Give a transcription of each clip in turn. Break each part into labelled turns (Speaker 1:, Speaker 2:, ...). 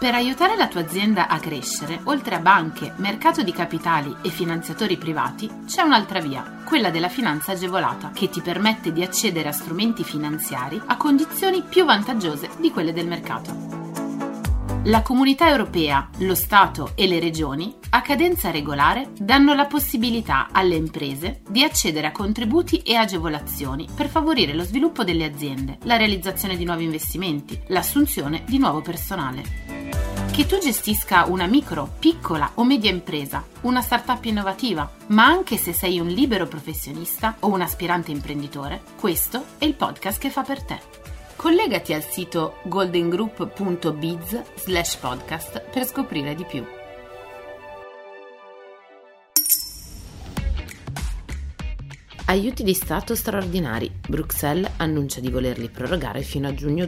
Speaker 1: Per aiutare la tua azienda a crescere, oltre a banche, mercato di capitali e finanziatori privati, c'è un'altra via, quella della finanza agevolata, che ti permette di accedere a strumenti finanziari a condizioni più vantaggiose di quelle del mercato. La Comunità Europea, lo Stato e le regioni, a cadenza regolare, danno la possibilità alle imprese di accedere a contributi e agevolazioni per favorire lo sviluppo delle aziende, la realizzazione di nuovi investimenti, l'assunzione di nuovo personale. Che tu gestisca una micro, piccola o media impresa, una startup innovativa, ma anche se sei un libero professionista o un aspirante imprenditore, questo è il podcast che fa per te. Collegati al sito goldengroup.biz/podcast per scoprire di più. Aiuti di Stato straordinari. Bruxelles annuncia di volerli prorogare fino a giugno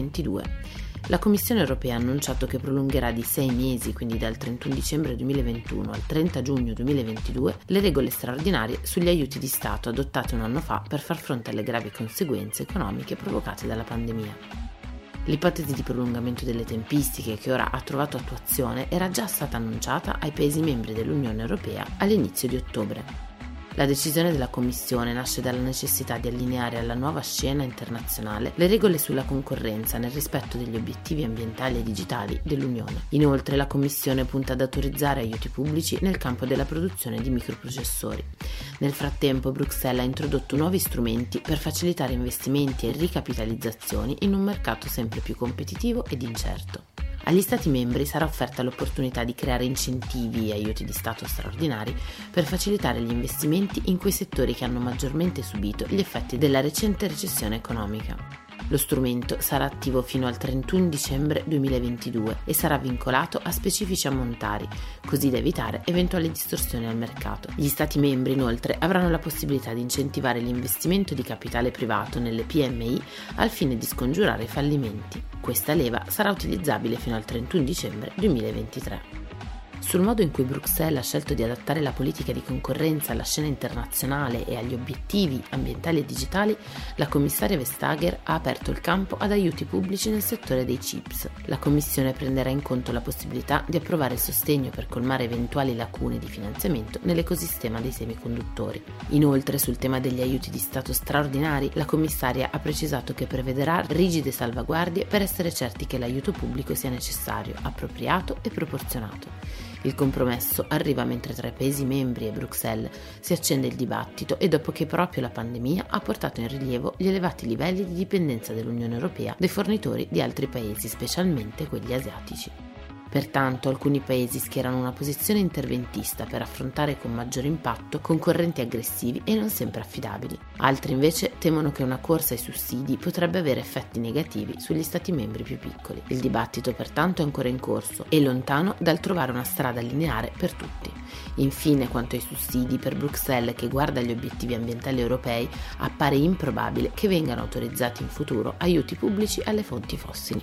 Speaker 1: 2022. La Commissione europea ha annunciato che prolungherà di 6 mesi, quindi dal 31 dicembre 2021 al 30 giugno 2022, le regole straordinarie sugli aiuti di Stato adottate un anno fa per far fronte alle gravi conseguenze economiche provocate dalla pandemia. L'ipotesi di prolungamento delle tempistiche, che ora ha trovato attuazione, era già stata annunciata ai Paesi membri dell'Unione Europea all'inizio di ottobre. La decisione della Commissione nasce dalla necessità di allineare alla nuova scena internazionale le regole sulla concorrenza nel rispetto degli obiettivi ambientali e digitali dell'Unione. Inoltre, la Commissione punta ad autorizzare aiuti pubblici nel campo della produzione di microprocessori. Nel frattempo, Bruxelles ha introdotto nuovi strumenti per facilitare investimenti e ricapitalizzazioni in un mercato sempre più competitivo ed incerto. Agli Stati membri sarà offerta l'opportunità di creare incentivi e aiuti di Stato straordinari per facilitare gli investimenti in quei settori che hanno maggiormente subito gli effetti della recente recessione economica. Lo strumento sarà attivo fino al 31 dicembre 2022 e sarà vincolato a specifici ammontari, così da evitare eventuali distorsioni al mercato. Gli Stati membri, inoltre, avranno la possibilità di incentivare l'investimento di capitale privato nelle PMI al fine di scongiurare i fallimenti. Questa leva sarà utilizzabile fino al 31 dicembre 2023. Sul modo in cui Bruxelles ha scelto di adattare la politica di concorrenza alla scena internazionale e agli obiettivi ambientali e digitali, la commissaria Vestager ha aperto il campo ad aiuti pubblici nel settore dei chips. La Commissione prenderà in conto la possibilità di approvare sostegno per colmare eventuali lacune di finanziamento nell'ecosistema dei semiconduttori. Inoltre, sul tema degli aiuti di Stato straordinari, la commissaria ha precisato che prevederà rigide salvaguardie per essere certi che l'aiuto pubblico sia necessario, appropriato e proporzionato. Il compromesso arriva mentre tra i Paesi membri e Bruxelles si accende il dibattito e dopo che proprio la pandemia ha portato in rilievo gli elevati livelli di dipendenza dell'Unione Europea dai fornitori di altri Paesi, specialmente quelli asiatici. Pertanto alcuni Paesi schierano una posizione interventista per affrontare con maggiore impatto concorrenti aggressivi e non sempre affidabili. Altri invece temono che una corsa ai sussidi potrebbe avere effetti negativi sugli Stati membri più piccoli. Il dibattito pertanto è ancora in corso e lontano dal trovare una strada lineare per tutti. Infine, quanto ai sussidi, per Bruxelles, che guarda agli obiettivi ambientali europei, appare improbabile che vengano autorizzati in futuro aiuti pubblici alle fonti fossili.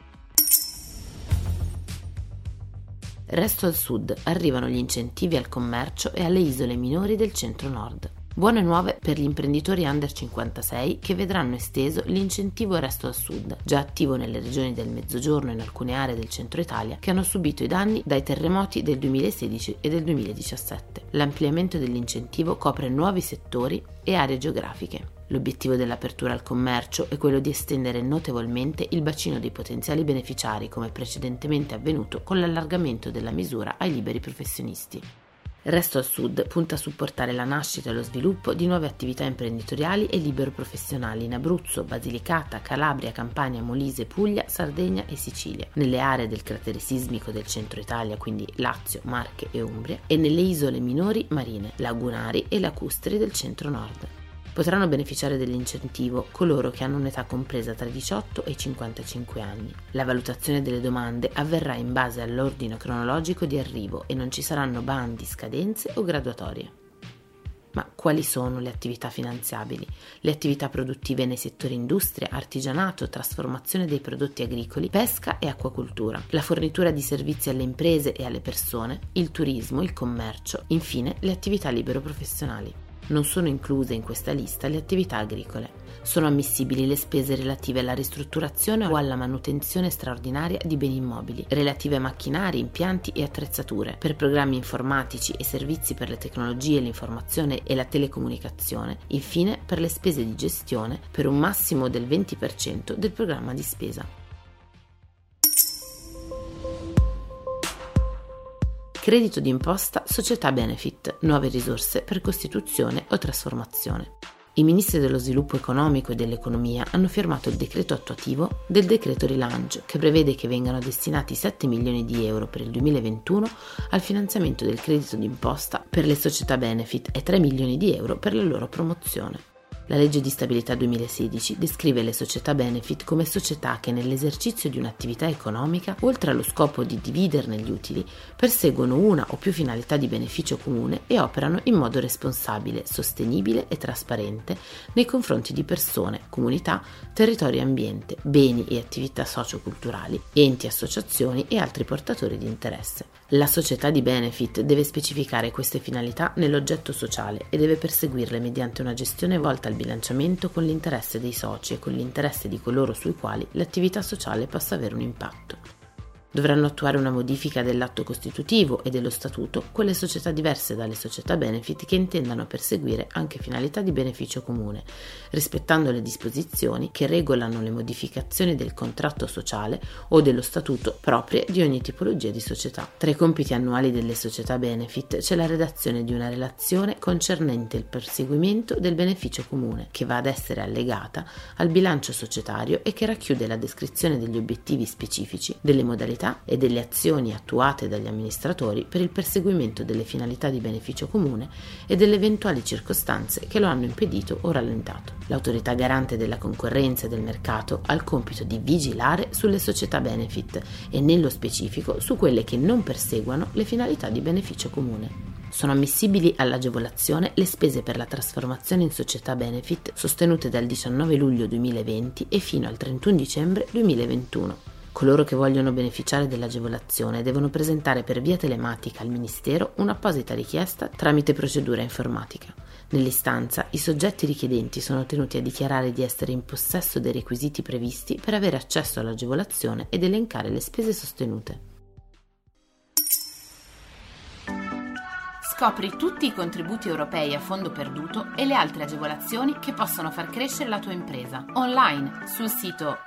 Speaker 1: Resto al sud, arrivano gli incentivi al commercio e alle isole minori del centro-nord. Buone nuove per gli imprenditori under 56 che vedranno esteso l'incentivo Resto al Sud, già attivo nelle regioni del Mezzogiorno e in alcune aree del centro Italia che hanno subito i danni dai terremoti del 2016 e del 2017. L'ampliamento dell'incentivo copre nuovi settori e aree geografiche. L'obiettivo dell'apertura al commercio è quello di estendere notevolmente il bacino dei potenziali beneficiari, come precedentemente avvenuto con l'allargamento della misura ai liberi professionisti. Resto al Sud punta a supportare la nascita e lo sviluppo di nuove attività imprenditoriali e libero-professionali in Abruzzo, Basilicata, Calabria, Campania, Molise, Puglia, Sardegna e Sicilia, nelle aree del cratere sismico del centro Italia, quindi Lazio, Marche e Umbria, e nelle isole minori marine, lagunari e lacustri del centro-nord. Potranno beneficiare dell'incentivo coloro che hanno un'età compresa tra i 18 e i 55 anni. La valutazione delle domande avverrà in base all'ordine cronologico di arrivo e non ci saranno bandi, scadenze o graduatorie. Ma quali sono le attività finanziabili? Le attività produttive nei settori industria, artigianato, trasformazione dei prodotti agricoli, pesca e acquacoltura, la fornitura di servizi alle imprese e alle persone, il turismo, il commercio, infine le attività libero-professionali. Non sono incluse in questa lista le attività agricole. Sono ammissibili le spese relative alla ristrutturazione o alla manutenzione straordinaria di beni immobili, relative a macchinari, impianti e attrezzature, per programmi informatici e servizi per le tecnologie, l'informazione e la telecomunicazione, infine per le spese di gestione per un massimo del 20% del programma di spesa. Credito d'imposta società benefit, nuove risorse per costituzione o trasformazione. I ministri dello sviluppo economico e dell'economia hanno firmato il decreto attuativo del decreto rilancio, che prevede che vengano destinati 7 milioni di euro per il 2021 al finanziamento del credito d'imposta per le società benefit e 3 milioni di euro per la loro promozione. La legge di stabilità 2016 descrive le società benefit come società che nell'esercizio di un'attività economica, oltre allo scopo di dividerne gli utili, perseguono una o più finalità di beneficio comune e operano in modo responsabile, sostenibile e trasparente nei confronti di persone, comunità, territorio e ambiente, beni e attività socioculturali, enti, associazioni e altri portatori di interesse. La società di benefit deve specificare queste finalità nell'oggetto sociale e deve perseguirle mediante una gestione volta al bilanciamento con l'interesse dei soci e con l'interesse di coloro sui quali l'attività sociale possa avere un impatto. Dovranno attuare una modifica dell'atto costitutivo e dello statuto quelle società diverse dalle società benefit che intendano perseguire anche finalità di beneficio comune, rispettando le disposizioni che regolano le modificazioni del contratto sociale o dello statuto proprie di ogni tipologia di società. Tra i compiti annuali delle società benefit c'è la redazione di una relazione concernente il perseguimento del beneficio comune, che va ad essere allegata al bilancio societario e che racchiude la descrizione degli obiettivi specifici, delle modalità e delle azioni attuate dagli amministratori per il perseguimento delle finalità di beneficio comune e delle eventuali circostanze che lo hanno impedito o rallentato. L'autorità garante della concorrenza e del mercato ha il compito di vigilare sulle società benefit e nello specifico su quelle che non perseguano le finalità di beneficio comune. Sono ammissibili all'agevolazione le spese per la trasformazione in società benefit sostenute dal 19 luglio 2020 e fino al 31 dicembre 2021. Coloro che vogliono beneficiare dell'agevolazione devono presentare per via telematica al Ministero un'apposita richiesta tramite procedura informatica. Nell'istanza, i soggetti richiedenti sono tenuti a dichiarare di essere in possesso dei requisiti previsti per avere accesso all'agevolazione ed elencare le spese sostenute.
Speaker 2: Scopri tutti i contributi europei a fondo perduto e le altre agevolazioni che possono far crescere la tua impresa online sul sito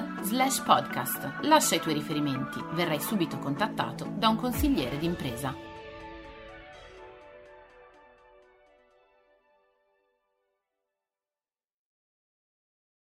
Speaker 2: goldengroup.biz/podcast. Lascia i tuoi riferimenti, verrai subito contattato da un consigliere d'impresa.